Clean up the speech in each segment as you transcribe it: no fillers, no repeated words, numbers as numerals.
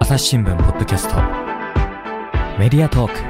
朝日新聞ポッドキャストメディアトーク。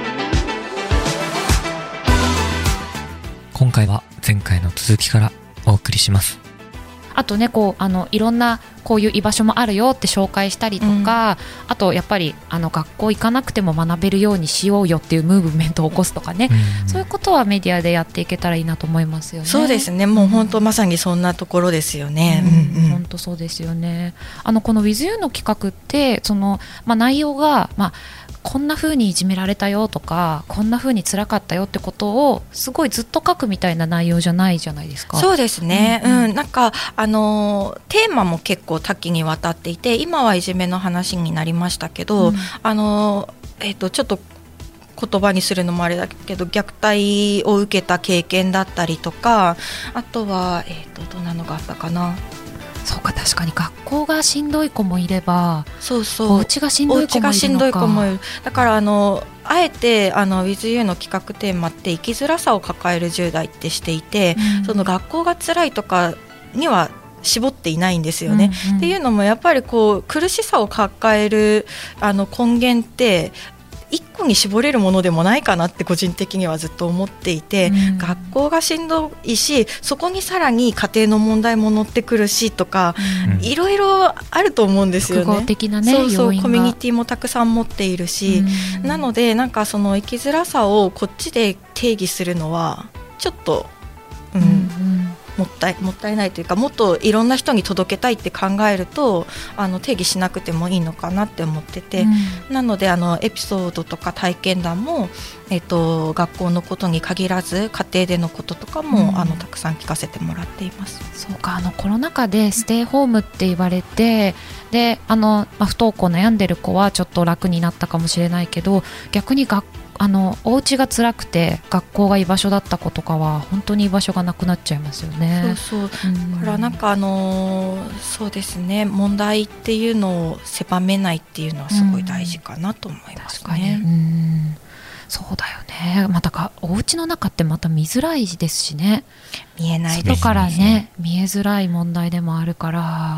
今回は前回の続きからお送りします。 あとね、いろんなこういう居場所もあるよって紹介したりとか、あとやっぱり学校行かなくても学べるようにしようよっていうムーブメントを起こすとかね、そういうことはメディアでやっていけたらいいなと思いますよね。 そうですね、もう本当まさにそんなところですよね。 本当そうですよね。この WithYou の企画って内容が、こんな風にいじめられたよとか、こんな風に辛かったよってことをすごいずっと書くみたいな内容じゃないじゃないですか。 そうですね、なんかテーマも結構多岐にわたっていて、今はいじめの話になりましたけど、ちょっと言葉にするのもあれだけど、虐待を受けた経験だったりとか、あとは、どんなのがあったかな。 そうか、確かに学校がしんどい子もいれば、 お家がしんどい子もいるのか。 だからあえてWithYou の企画テーマって生きづらさを抱える10代ってしていて、その学校が辛いとかには絞っていないんですよね。っていうのもやっぱり苦しさを抱える根源って一個に絞れるものでもないかなって個人的にはずっと思っていて、学校がしんどいし、そこにさらに家庭の問題も乗ってくるしとか、いろいろあると思うんですよね。 複合的なね、 そうコミュニティもたくさん持っているし、なのでなんかその生きづらさをこっちで定義するのはちょっともったいないというか、もっといろんな人に届けたいって考えると定義しなくてもいいのかなって思ってて、なのでエピソードとか体験談も、学校のことに限らず家庭でのこととかも、たくさん聞かせてもらっています。 そうか、コロナ禍でステイホームって言われて、で不登校悩んでる子はちょっと楽になったかもしれないけど、逆にお家が辛くて学校が居場所だった子とかは本当に居場所がなくなっちゃいますよね。 だからなんかそうですね、問題っていうのを狭めないっていうのはすごい大事かなと思いますね。 確かに、そうだよね。またお家の中ってまた見づらいですしね。 見えないですね。 外からね見えづらい問題でもあるから、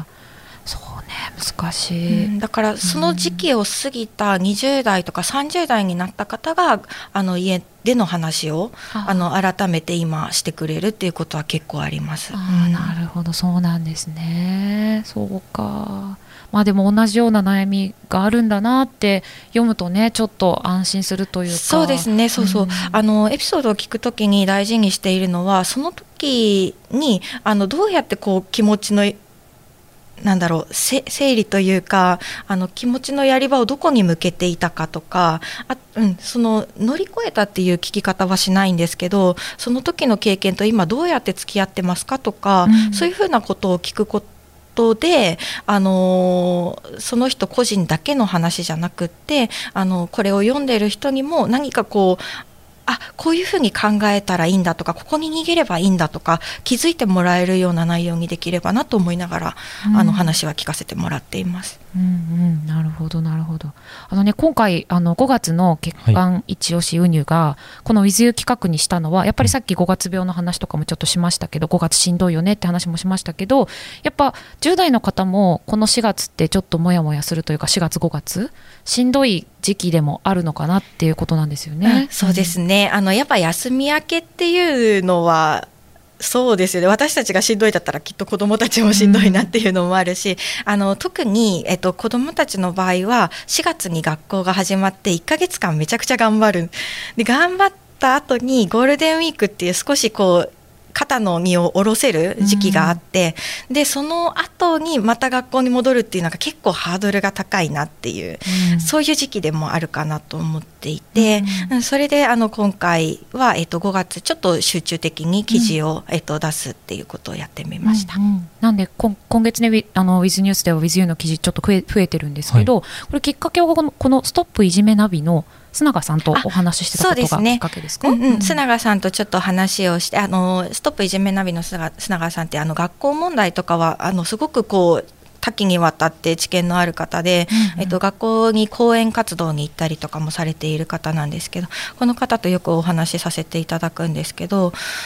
そうね、難しい。 だからその時期を過ぎた20代とか30代になった方が家での話を改めて今してくれるっていうことは結構あります。 なるほど、そうなんですね。そうか。でも同じような悩みがあるんだなって読むとね、ちょっと安心するというか。 そうですね、エピソードを聞くときに大事にしているのは、その時にどうやって気持ちの整理というか気持ちのやり場をどこに向けていたかとか、その乗り越えたっていう聞き方はしないんですけど、その時の経験と今どうやって付き合ってますかとか、そういうふうなことを聞くことでその人個人だけの話じゃなくってこれを読んでる人にも何かこういうふうに考えたらいいんだとか、ここに逃げればいいんだとか気づいてもらえるような内容にできればなと思いながら、話は聞かせてもらっています。 なるほどなるほど。今回5月の月間一押しウニュがこの WithYou 企画にしたのは、やっぱりさっき5月病の話とかもちょっとしましたけど、5月しんどいよねって話もしましたけど、やっぱ10代の方もこの4月ってちょっとモヤモヤするというか、4月5月しんどい時期でもあるのかなっていうことなんですよね。 そうですね、やっぱ休み明けっていうのはそうですよね。私たちがしんどいだったらきっと子どもたちもしんどいなっていうのもあるし、特に、子どもたちの場合は4月に学校が始まって1ヶ月間めちゃくちゃ頑張る。で頑張った後にゴールデンウィークっていう少し肩の荷を下ろせる時期があって、でその後にまた学校に戻るっていうのが結構ハードルが高いなっていう、そういう時期でもあるかなと思っていて、それで今回は、5月ちょっと集中的に記事を、出すっていうことをやってみました。 なんで今月ね、With ニュースでは WithYou の記事ちょっと増えてるんですけど、これきっかけはこのストップいじめナビの須永さんとお話ししてたことがきっかけですか？ 須永さんとちょっと話をして、ストップいじめナビの須永さんって学校問題とかはすごく多岐にわたって知見のある方で、学校に講演活動に行ったりとかもされている方なんですけど、この方とよくお話しさせていただくんですけ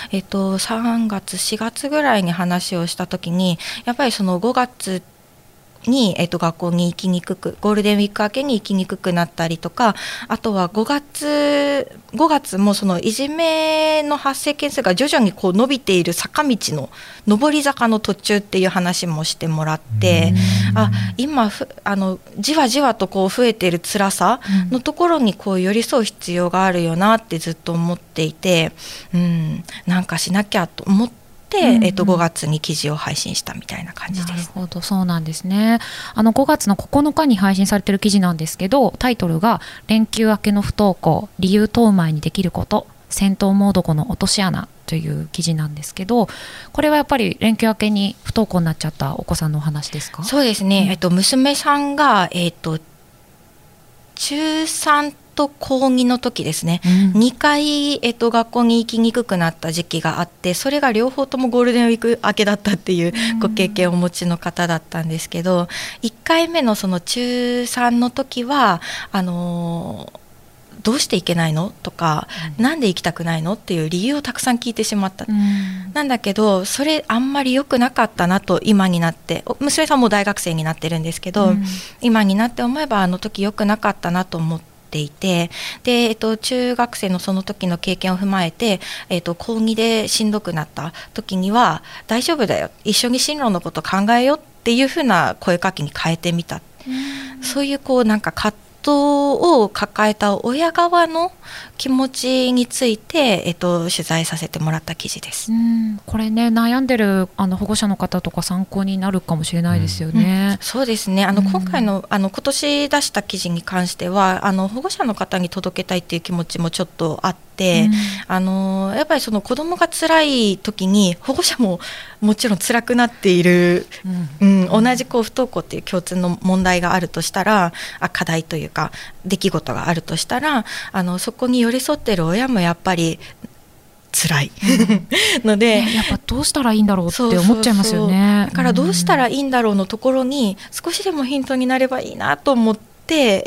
ど、3月4月ぐらいに話をした時に、やっぱりその5月に、学校に行きにくく、ゴールデンウィーク明けに行きにくくなったりとか、あとは5月もそのいじめの発生件数が徐々にこう伸びている坂道の上り坂の途中っていう話もしてもらって、今じわじわとこう増えている辛さのところにこう寄り添う必要があるよなってずっと思っていて、なんかしなきゃと思って、5月に記事を配信したみたいな感じです。 なるほど、そうなんですね。5月の9日に配信されている記事なんですけど、タイトルが連休明けの不登校、理由問う前にできること、戦闘モード後の落とし穴という記事なんですけど、これはやっぱり連休明けに不登校になっちゃったお子さんのお話ですか？ そうですね、娘さんが、中3と高2の時ですね、2回、学校に行きにくくなった時期があって、それが両方ともゴールデンウィーク明けだったっていうご経験をお持ちの方だったんですけど、1回目のその中3の時はどうして行けないのとか、なんで行きたくないのっていう理由をたくさん聞いてしまった、なんだけどそれあんまり良くなかったなと今になって、娘さんも大学生になってるんですけど、今になって思えばあの時良くなかったなと思っていて、で、中学生のその時の経験を踏まえて、高2でしんどくなった時には大丈夫だよ、一緒に進路のこと考えようっていう風な声かけに変えてみた、そういうこうなんか葛藤を抱えた親側の気持ちについて、取材させてもらった記事です。 これね、悩んでる保護者の方とか参考になるかもしれないですよね。 そうですね、今回の今年出した記事に関しては保護者の方に届けたいっていう気持ちもちょっとあって、やっぱりその子どもが辛い時に保護者ももちろん辛くなっている、同じこう不登校っていう共通の問題があるとしたら、課題というか出来事があるとしたら、そこに寄り添っている親もやっぱり辛いので、 やっぱどうしたらいいんだろうって思っちゃいますよね。 だからどうしたらいいんだろうのところに少しでもヒントになればいいなと思って、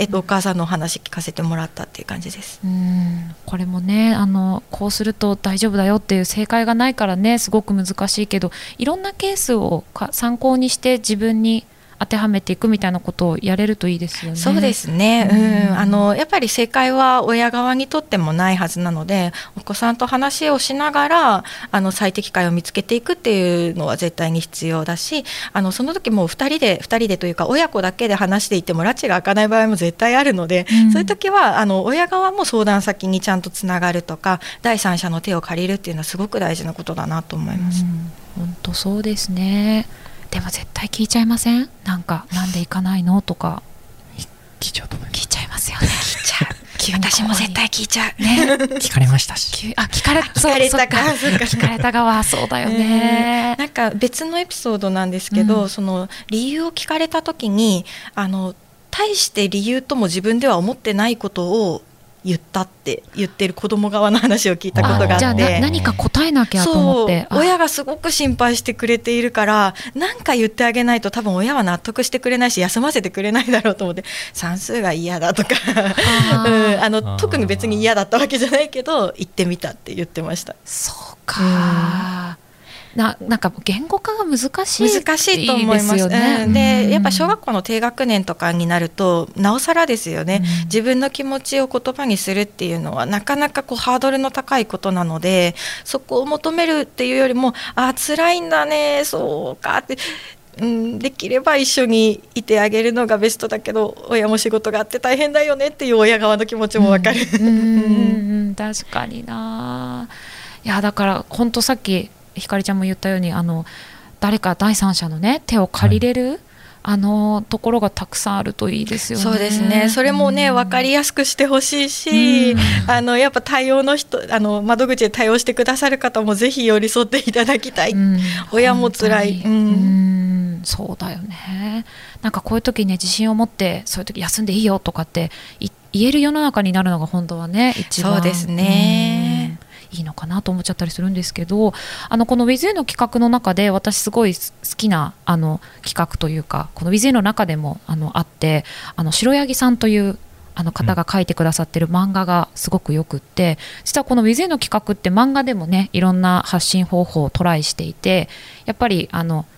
お母さんのお話聞かせてもらったっていう感じです。 これもね、こうすると大丈夫だよっていう正解がないからね、すごく難しいけど、いろんなケースを参考にして自分に当てはめていくみたいなことをやれるといいですよね。 そうですね、やっぱり正解は親側にとってもないはずなので、お子さんと話をしながら最適解を見つけていくっていうのは絶対に必要だし、その時も2人でというか親子だけで話していても拉致が開かない場合も絶対あるので、そういう時は親側も相談先にちゃんとつながるとか、第三者の手を借りるっていうのはすごく大事なことだなと思います。 本当そうですね。でも絶対聞いちゃいません？なんで行かないのとか聞いちゃうと思います。 聞いちゃいますよね。 聞いちゃう。私も絶対聞いちゃうね。 聞かれましたし。 聞かれた側はそうだよね。 なんか別のエピソードなんですけど、その理由を聞かれた時に大して理由とも自分では思ってないことを言ったって言ってる子供側の話を聞いたことがあって、 じゃあ何か答えなきゃと思って、 親がすごく心配してくれているから何か言ってあげないと多分親は納得してくれないし休ませてくれないだろうと思って、算数が嫌だとか特に別に嫌だったわけじゃないけど言ってみたって言ってました。 そうか、なんか言語化が難しいと思いますよね。でやっぱ小学校の低学年とかになるとなおさらですよね、自分の気持ちを言葉にするっていうのはなかなかハードルの高いことなので、そこを求めるっていうよりも辛いんだね、そうかって、できれば一緒にいてあげるのがベストだけど、親も仕事があって大変だよねっていう親側の気持ちも分かる。 確かにな。いやだから本当さっきひかりちゃんも言ったように誰か第三者のね手を借りれる、ところがたくさんあるといいですよね。 そうですね、それもね分かりやすくしてほしいし、やっぱ対応の人窓口で対応してくださる方もぜひ寄り添っていただきたい、親も辛い、 そうだよね。なんかこういう時ね自信を持ってそういう時休んでいいよとかって言える世の中になるのが本当はね一番そうですね、 いいのかなと思っちゃったりするんですけど、この WithYou の企画の中で私すごい好きな企画というか、この WithYou の中でもあって白柳さんという方が書いてくださってる漫画がすごくよくって、実はこの WithYou の企画って漫画でもねいろんな発信方法をトライしていて、やっぱり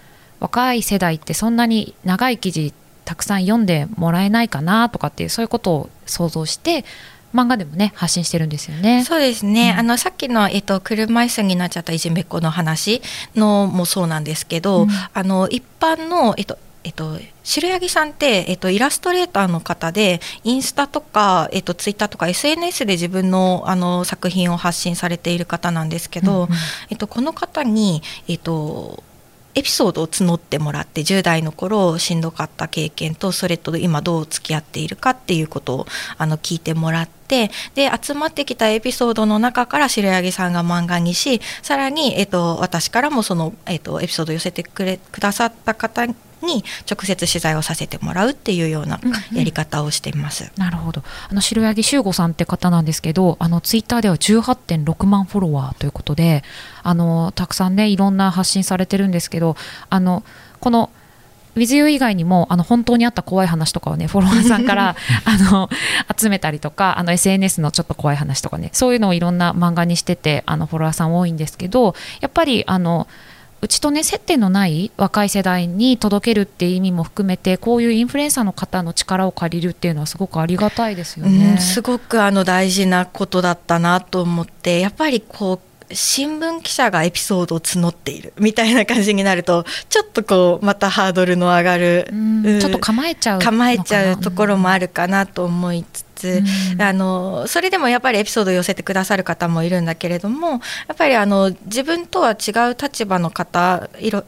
若い世代ってそんなに長い記事たくさん読んでもらえないかなとかっていう、そういうことを想像して漫画でもね発信してるんですよね。 そうですね、さっきの、車椅子になっちゃったいじめっ子の話のもそうなんですけど、一般の、白柳さんって、イラストレーターの方でインスタとか、ツイッターとか SNS で自分の、作品を発信されている方なんですけど、この方に、エピソードを募ってもらって、10代の頃しんどかった経験とそれと今どう付き合っているかっていうことを聞いてもらって、で集まってきたエピソードの中から白柳さんが漫画にし、さらに、私からもその、エピソードを寄せてくださった方に直接取材をさせてもらうっていうようなやり方をしています。 なるほど。白柳修吾さんって方なんですけど、ツイッターでは 18.6 万フォロワーということで、たくさんねいろんな発信されてるんですけど、この WithYou 以外にも本当にあった怖い話とかをねフォロワーさんから集めたりとか、SNS のちょっと怖い話とかね、そういうのをいろんな漫画にしててフォロワーさん多いんですけど、やっぱりうちとね接点のない若い世代に届けるっていう意味も含めて、こういうインフルエンサーの方の力を借りるっていうのはすごくありがたいですよね。 すごく大事なことだったなと思って、やっぱりこう新聞記者がエピソードを募っているみたいな感じになると、ちょっとこうまたハードルの上がる、 ちょっと構えちゃうところもあるかなと思いつつ、それでもやっぱりエピソードを寄せてくださる方もいるんだけれども、やっぱり自分とは違う立場の方、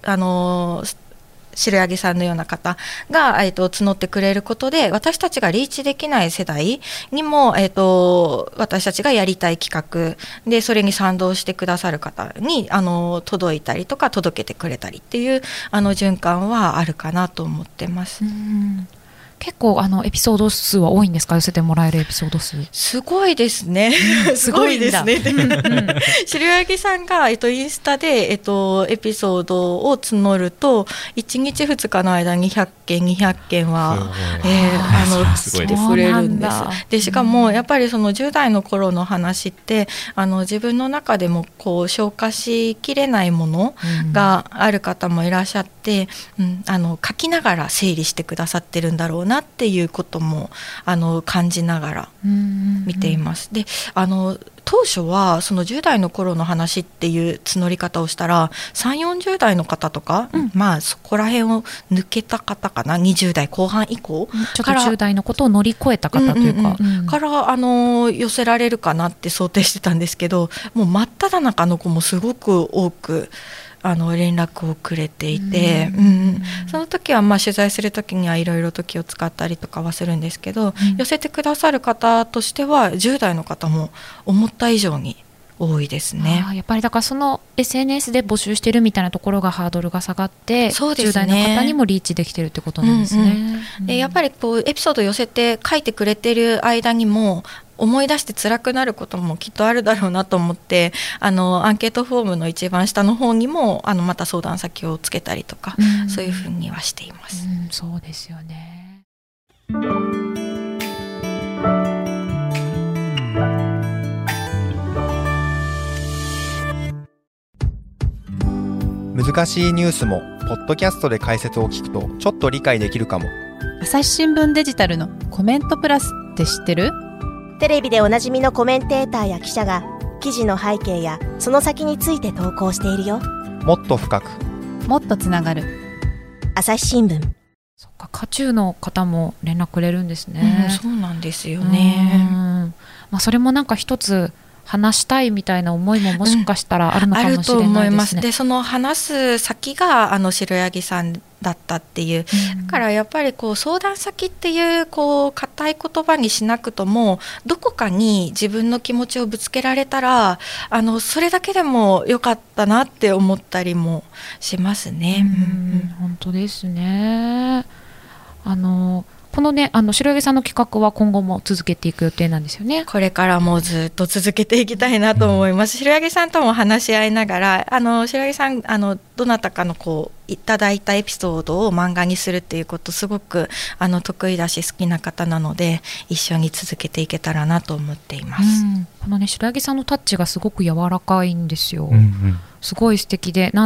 白柳さんのような方が、募ってくれることで、私たちがリーチできない世代にも、私たちがやりたい企画でそれに賛同してくださる方に届いたりとか届けてくれたりっていう循環はあるかなと思ってます。 結構エピソード数は多いんですか？寄せてもらえるエピソード数。 すごいですね。すごいですね。白柳さんが、インスタで、エピソードを募ると1日2日の間に100件200件は来てくれるんです。でしかもやっぱりその10代の頃の話って自分の中でもこう消化しきれないものがある方もいらっしゃって、書きながら整理してくださってるんだろうなっていうことも感じながら見ています。で当初はその10代の頃の話っていう募り方をしたら 30,40 代の方とか、まあそこら辺を抜けた方かな、20代後半以降ちょっと10代のことを乗り越えた方というか、 から寄せられるかなって想定してたんですけど、もう真っ只中の子もすごく多く連絡をくれていて、その時は取材する時にはいろいろと気を使ったりとかはするんですけど、寄せてくださる方としては10代の方も思った以上に多いですね。 やっぱりだからその SNS で募集してるみたいなところがハードルが下がって、 そうですね、 10代の方にもリーチできてるってことなんですね。 でやっぱりこうエピソード寄せて書いてくれてる間にも思い出して辛くなることもきっとあるだろうなと思って、アンケートフォームの一番下の方にもまた相談先をつけたりとか、そういうふうにはしています。 そうですよね。 難しいニュースもポッドキャストで解説を聞くとちょっと理解できるかも。 朝日新聞デジタルのコメントプラスって知ってる？ テレビでおなじみのコメンテーターや記者が記事の背景やその先について投稿しているよ。 もっと深く、 もっとつながる。 朝日新聞。 そっか、渦中の方も連絡くれるんですね。 そうなんですよね。 それもなんか一つ話したいみたいな思いももしかしたらあるのかもしれないですね。 あると思います。でその話す先が白柳さんだったっていう、だからやっぱりこう相談先っていう固い言葉にしなくとも、どこかに自分の気持ちをぶつけられたらそれだけでもよかったなって思ったりもしますね。 本当ですね。このね白柳さんの企画は今後も続けていく予定なんですよね。 これからもずっと続けていきたいなと思います。白柳さんとも話し合いながら白柳さんどなたかのいただいたエピソードを漫画にするっていうことすごく得意だし好きな方なので、一緒に続けていけたらなと思っています。 このね白柳さんのタッチがすごく柔らかいんですよ。すごい素敵で、なんで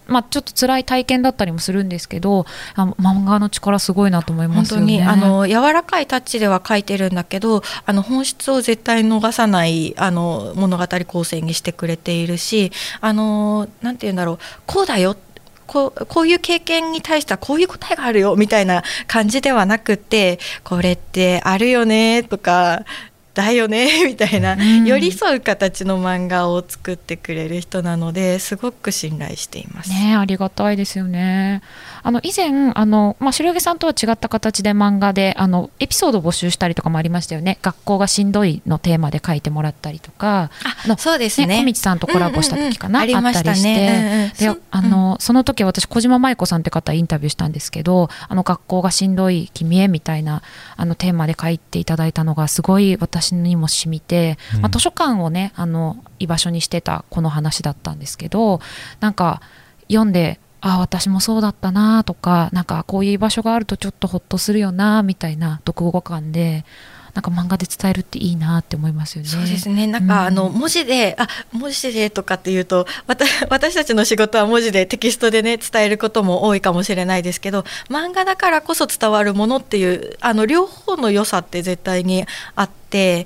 ちょっと辛い体験だったりもするんですけど、漫画の力すごいなと思いますよね。 本当に柔らかいタッチでは書いてるんだけど、本質を絶対逃さない物語構成にしてくれているし、なんていうんだろう、こうだよ、こういう経験に対してはこういう答えがあるよみたいな感じではなくて、これってあるよねとかだよねみたいな、寄り添う形の漫画を作ってくれる人なので、すごく信頼していますね。ありがたいですよね。以前白毛さんとは違った形で漫画でエピソードを募集したりとかもありましたよね。学校がしんどいのテーマで書いてもらったりとか、 そうですね、 小道さんとコラボした時かな、 ありましたね。 でその時私小島舞子さんって方インタビューしたんですけど、学校がしんどい君へみたいなテーマで書いていただいたのがすごい私にも染みて、図書館をね居場所にしてたこの話だったんですけど、なんか読んで私もそうだったなとか、なんかこういう居場所があるとちょっとほっとするよなみたいな読後感で、なんか漫画で伝えるっていいなって思いますよね。 そうですね。なんか文字でとかっていうと、私たちの仕事は文字でテキストでね伝えることも多いかもしれないですけど、漫画だからこそ伝わるものっていう両方の良さって絶対にあって、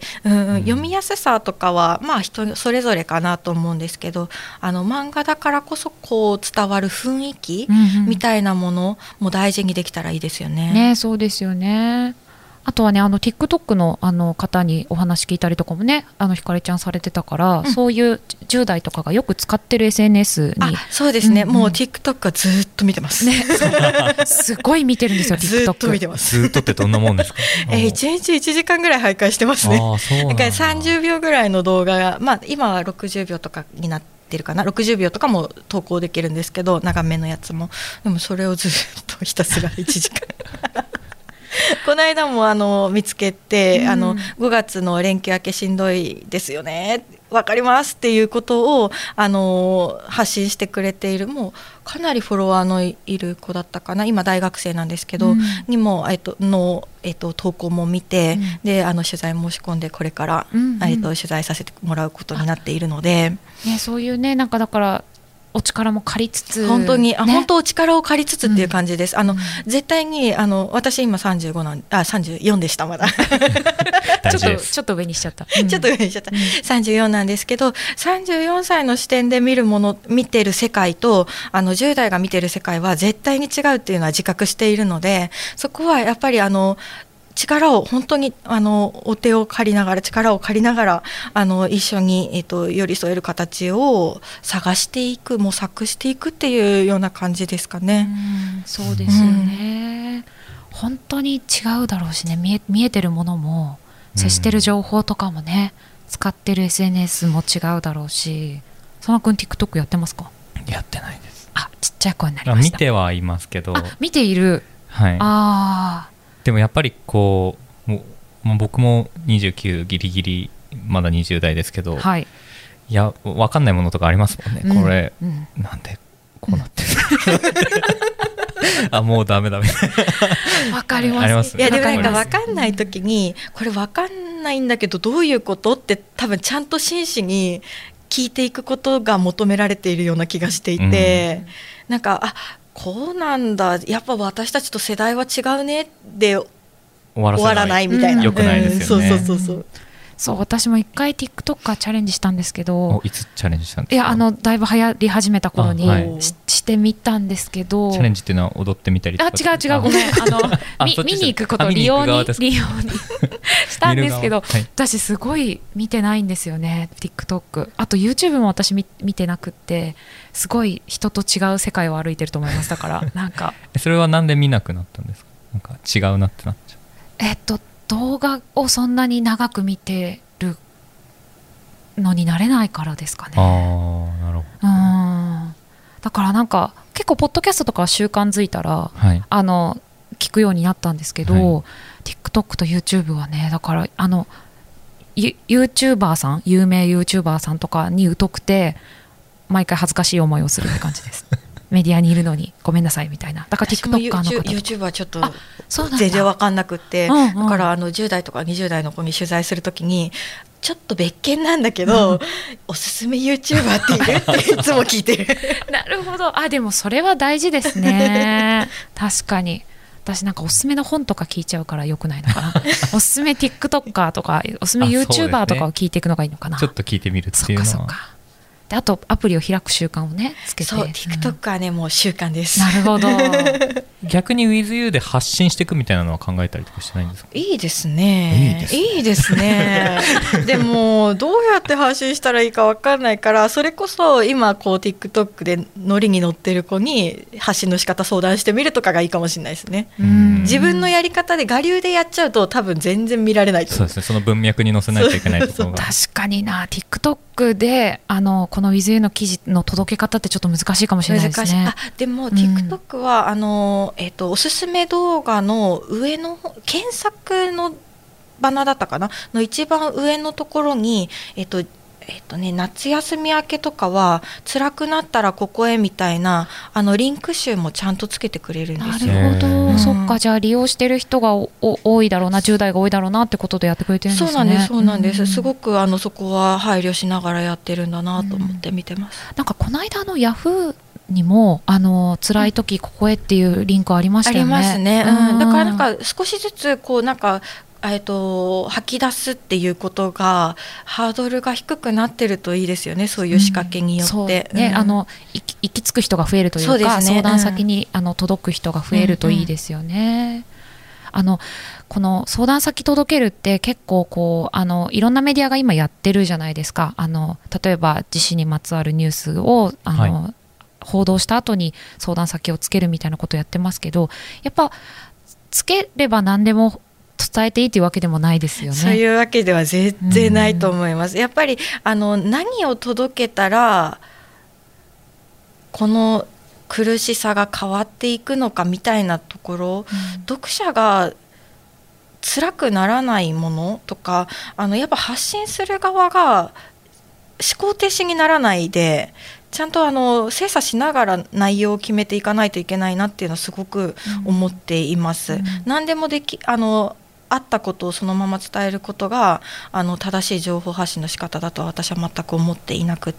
読みやすさとかは人それぞれかなと思うんですけど、漫画だからこそこう伝わる雰囲気みたいなものも大事にできたらいいですよね。 ね、そうですよね。あとはねTikTok の方にお話聞いたりとかもねひかりちゃんされてたから、そういう10代とかがよく使ってる SNS に。 そうですね、もう TikTok はずっと見てますね。 すごい見てるんですよ TikTok。 ずっと見てます。 ずっとってどんなもんですか 1日1時間ぐらい徘徊してますね。だから30秒ぐらいの動画が、今は60秒とかになってるかな、60秒とかも投稿できるんですけど、長めのやつも。でもそれをずっとひたすら1時間この間も見つけて、5月の連休明けしんどいですよね、わかりますっていうことを発信してくれている、もうかなりフォロワーのいる子だったかな、今大学生なんですけど、にも、投稿も見て、で取材申し込んでこれから、取材させてもらうことになっているので、 そういうね、なんかだからお力も借りつつ、 本当に、本当お力を借りつつっていう感じです。絶対に私今34でした、まだちょっと上にしちゃった、 ちょっと上にしちゃった、34なんですけど、34歳の視点で見てる世界と10代が見てる世界は絶対に違うっていうのは自覚しているので、そこはやっぱり力を本当にお手を借りながら、力を借りながら一緒に、寄り添える形を探していく、模索していくっていうような感じですかね。 そうですよね、本当に違うだろうしね、見えてるものも接してる情報とかもね、使ってる SNS も違うだろうし。佐野くん TikTok やってますか？ やってないです。 ちっちゃい声になりました。 見てはいますけど。 見ている。 はい。でもやっぱりこう僕も29ギリギリまだ20代ですけど、いや分かんないものとかありますもんね、これ、なんでこうなってるもうダメわかります。 いやでもなんか分かんない時に、これ分かんないんだけどどういうことって多分ちゃんと真摯に聞いていくことが求められているような気がしていて、なんかこうなんだ、やっぱ私たちと世代は違うねで終わらないみたいな、 よくないですよね。 そう、私も一回 TikTok チャレンジしたんですけど。 いつチャレンジしたんですか？ いやだいぶ流行り始めた頃にしてみたんですけど。 チャレンジっていうのは踊ってみたりとか？ 違うごめん見に行くことを利用にしたんですけど、私すごい見てないんですよね TikTok。 あと YouTube も私見てなくって、すごい人と違う世界を歩いてると思います。だからなんかそれはなんで見なくなったんですか？なんか違うなってなっちゃう。 動画をそんなに長く見てるのになれないからですかね。 なるほど。 だからなんか結構ポッドキャストとか習慣づいたら、聞くようになったんですけど、TikTok と YouTube はね、だからYouTuber さん、有名 YouTuber さんとかに疎くて毎回恥ずかしい思いをするって感じですメディアにいるのにごめんなさいみたいな。だから TikToker の方 YouTube はちょっと全然分かんなくって、だから10代とか20代の子に取材するときにちょっと別件なんだけど、おすすめ YouTuber っているっていつも聞いてるなるほど。でもそれは大事ですね確かに。私なんかおすすめの本とか聞いちゃうからよくないのかなおすすめ TikToker とかおすすめ YouTuber とかを聞いていくのがいいのかな。 ちょっと聞いてみるっていうのは。 そっかそっか。であとアプリを開く習慣をねつけて。 そう TikTok はね、もう習慣です。 なるほど逆に WithYou で発信していくみたいなのは考えたりとかしてないんですか？ いいですね。いいですねでもどうやって発信したらいいか分かんないから、それこそ今こう TikTok でノリに乗ってる子に発信の仕方相談してみるとかがいいかもしれないですね。自分のやり方で我流でやっちゃうと多分全然見られないと思う。 そうですね、その文脈に載せないといけないところが確かにな。 TikTok でこの WithYou の記事の届け方ってちょっと難しいかもしれないですね。 でも TikTok はおすすめ動画の上の検索のバナーだったかなの一番上のところに夏休み明けとかは辛くなったらここへみたいなリンク集もちゃんとつけてくれるんですよ。 なるほど、そっか。じゃあ利用してる人が多いだろうな、10代が多いだろうなってことでやってくれてるんですね。 そうなんです、すごくそこは配慮しながらやってるんだなと思って見てます。 なんかこの間ヤフーにも辛い時ここへっていうリンクありましたよね。 ありますね、だからなんか少しずつこうなんか吐き出すっていうことがハードルが低くなってるといいですよね、そういう仕掛けによって、 行き着く人が増えるというか、ね、相談先に届く人が増えるといいですよね。この相談先届けるって結構こういろんなメディアが今やってるじゃないですか。例えば地震にまつわるニュースを報道した後に相談先をつけるみたいなことをやってますけど、やっぱつければ何でも伝えていいというわけでもないですよね。 そういうわけでは全然ないと思います。やっぱり何を届けたらこの苦しさが変わっていくのかみたいなところ、読者が辛くならないものとかやっぱ発信する側が思考停止にならないでちゃんと精査しながら内容を決めていかないといけないなっていうのはすごく思っています。何でもあったことをそのまま伝えることが正しい情報発信の仕方だとは私は全く思っていなくって、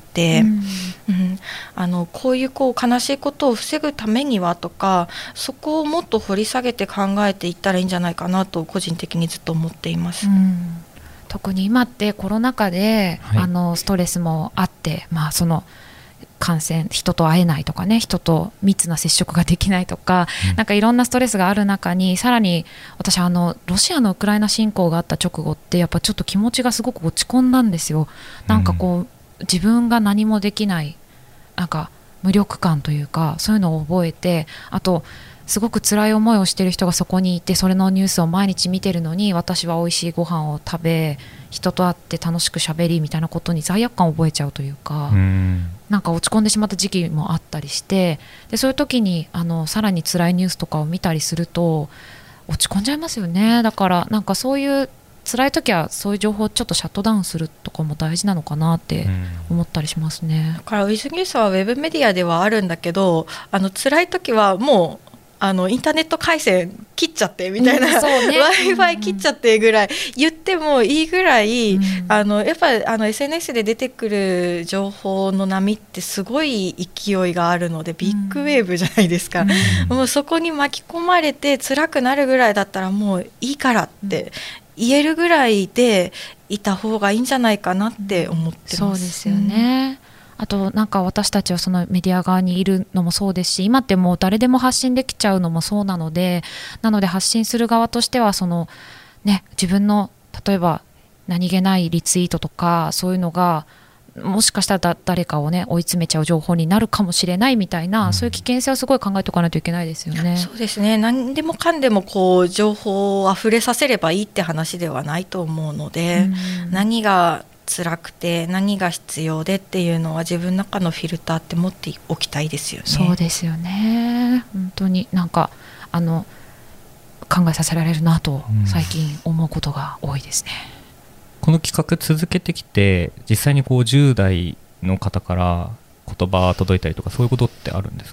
こういう悲しいことを防ぐためにはとか、そこをもっと掘り下げて考えていったらいいんじゃないかなと個人的にずっと思っています。 特に今ってコロナ禍で、ストレスもあって、その感染、人と会えないとかね、人と密な接触ができないとか、なんかいろんなストレスがある中に、さらに私ロシアのウクライナ侵攻があった直後ってやっぱちょっと気持ちがすごく落ち込んだんですよ。なんかこう自分が何もできない、なんか無力感というか、そういうのを覚えて、あとすごく辛い思いをしている人がそこにいて、それのニュースを毎日見てるのに、私は美味しいご飯を食べ、人と会って楽しくしゃべりみたいなことに罪悪感を覚えちゃうというか、なんか落ち込んでしまった時期もあったりして、でそういう時にさらに辛いニュースとかを見たりすると落ち込んじゃいますよね。だからなんかそういう辛い時はそういう情報をちょっとシャットダウンするとかも大事なのかなって思ったりしますね。 だからウィズニュースはウェブメディアではあるんだけど、辛い時はもうインターネット回線切っちゃってみたいな、Wi-Fi 切っちゃってぐらい言ってもいいぐらい、やっぱりSNS で出てくる情報の波ってすごい勢いがあるので、ビッグウェーブじゃないですか。もうそこに巻き込まれて辛くなるぐらいだったらもういいからって言えるぐらいでいた方がいいんじゃないかなって思ってます。 そうですよね。あとなんか私たちはそのメディア側にいるのもそうですし、今ってもう誰でも発信できちゃうのもそうなので、発信する側としては自分の例えば何気ないリツイートとかそういうのがもしかしたら誰かを追い詰めちゃう情報になるかもしれないみたいな、そういう危険性をすごい考えておかないといけないですよね。 そうですね。何でもかんでも情報をあふれさせればいいって話ではないと思うので、何が辛くて何が必要でっていうのは自分の中のフィルターって持っておきたいですよね。 そうですよね。本当になんか考えさせられるなと最近思うことが多いですね。 この企画続けてきて実際に10代の方から言葉届いたりとかそういうことってあるんですか？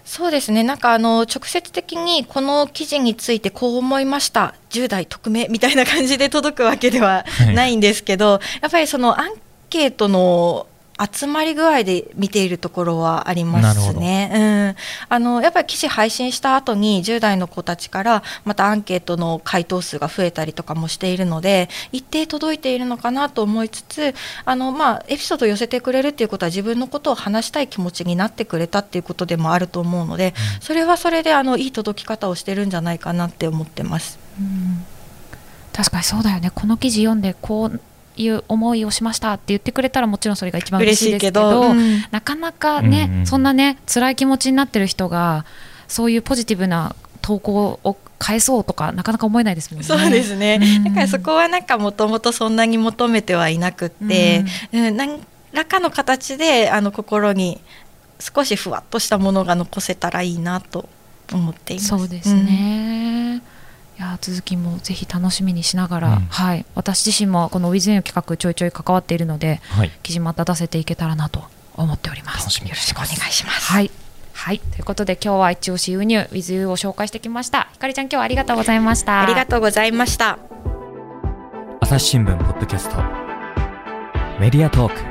そうですね、なんか直接的にこの記事についてこう思いました10代匿名みたいな感じで届くわけではないんですけど、やっぱりそのアンケートの集まり具合で見ているところはありますね。やっぱり記事配信した後に10代の子たちからまたアンケートの回答数が増えたりとかもしているので、一定届いているのかなと思いつつ、エピソードを寄せてくれるっていうことは自分のことを話したい気持ちになってくれたっていうことでもあると思うので、それはそれでいい届き方をしてるんじゃないかなって思ってます。 確かにそうだよね。この記事読んでこういう思いをしましたって言ってくれたらもちろんそれが一番嬉しいですけど、なかなかね、そんなね辛い気持ちになってる人がそういうポジティブな投稿を返そうとかなかなか思えないですもんね。 そうですね、だからそこはなんかもともとそんなに求めてはいなくって、何らかの形で心に少しふわっとしたものが残せたらいいなと思っています。 そうですね、いや続きもぜひ楽しみにしながら、私自身もこの WithYou の企画ちょいちょい関わっているので、記事また出せていけたらなと思っております。 楽しみにしてます。 よろしくお願いします。 ということで今日は一押し輸入 WithYou を紹介してきました。ひかりちゃん今日はありがとうございました。 ありがとうございました。 朝日新聞ポッドキャストメディアトーク。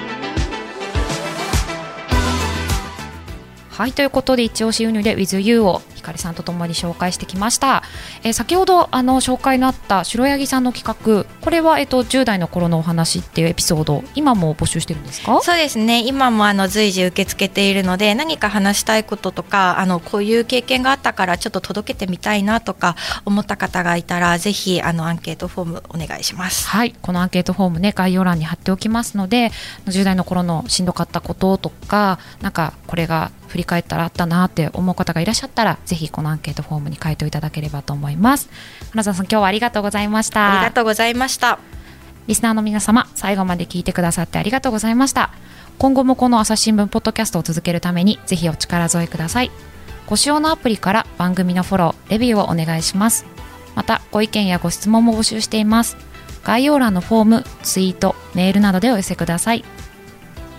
ということで一押し輸入で WithYou をひかりさんとともに紹介してきました。先ほど紹介のあった白柳さんの企画、これは、10代の頃のお話っていうエピソード今も募集してるんですか？ そうですね、今も随時受け付けているので、何か話したいこととかこういう経験があったからちょっと届けてみたいなとか思った方がいたらぜひアンケートフォームお願いします。 このアンケートフォームね概要欄に貼っておきますので、10代の頃のしんどかったこととか、なんかこれが振り返ったらあったなって思う方がいらっしゃったらぜひこのアンケートフォームに書いていただければと思います。花澤さん今日はありがとうございました。 ありがとうございました。 リスナーの皆様最後まで聞いてくださってありがとうございました。今後もこの朝日新聞ポッドキャストを続けるためにぜひお力添えください。ご使用のアプリから番組のフォローレビューをお願いします。またご意見やご質問も募集しています。概要欄のフォーム、ツイート、メールなどでお寄せください。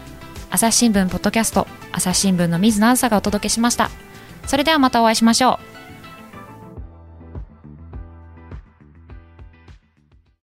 朝日新聞ポッドキャスト、朝日新聞の水野あずさがお届けしました。それではまたお会いしましょう。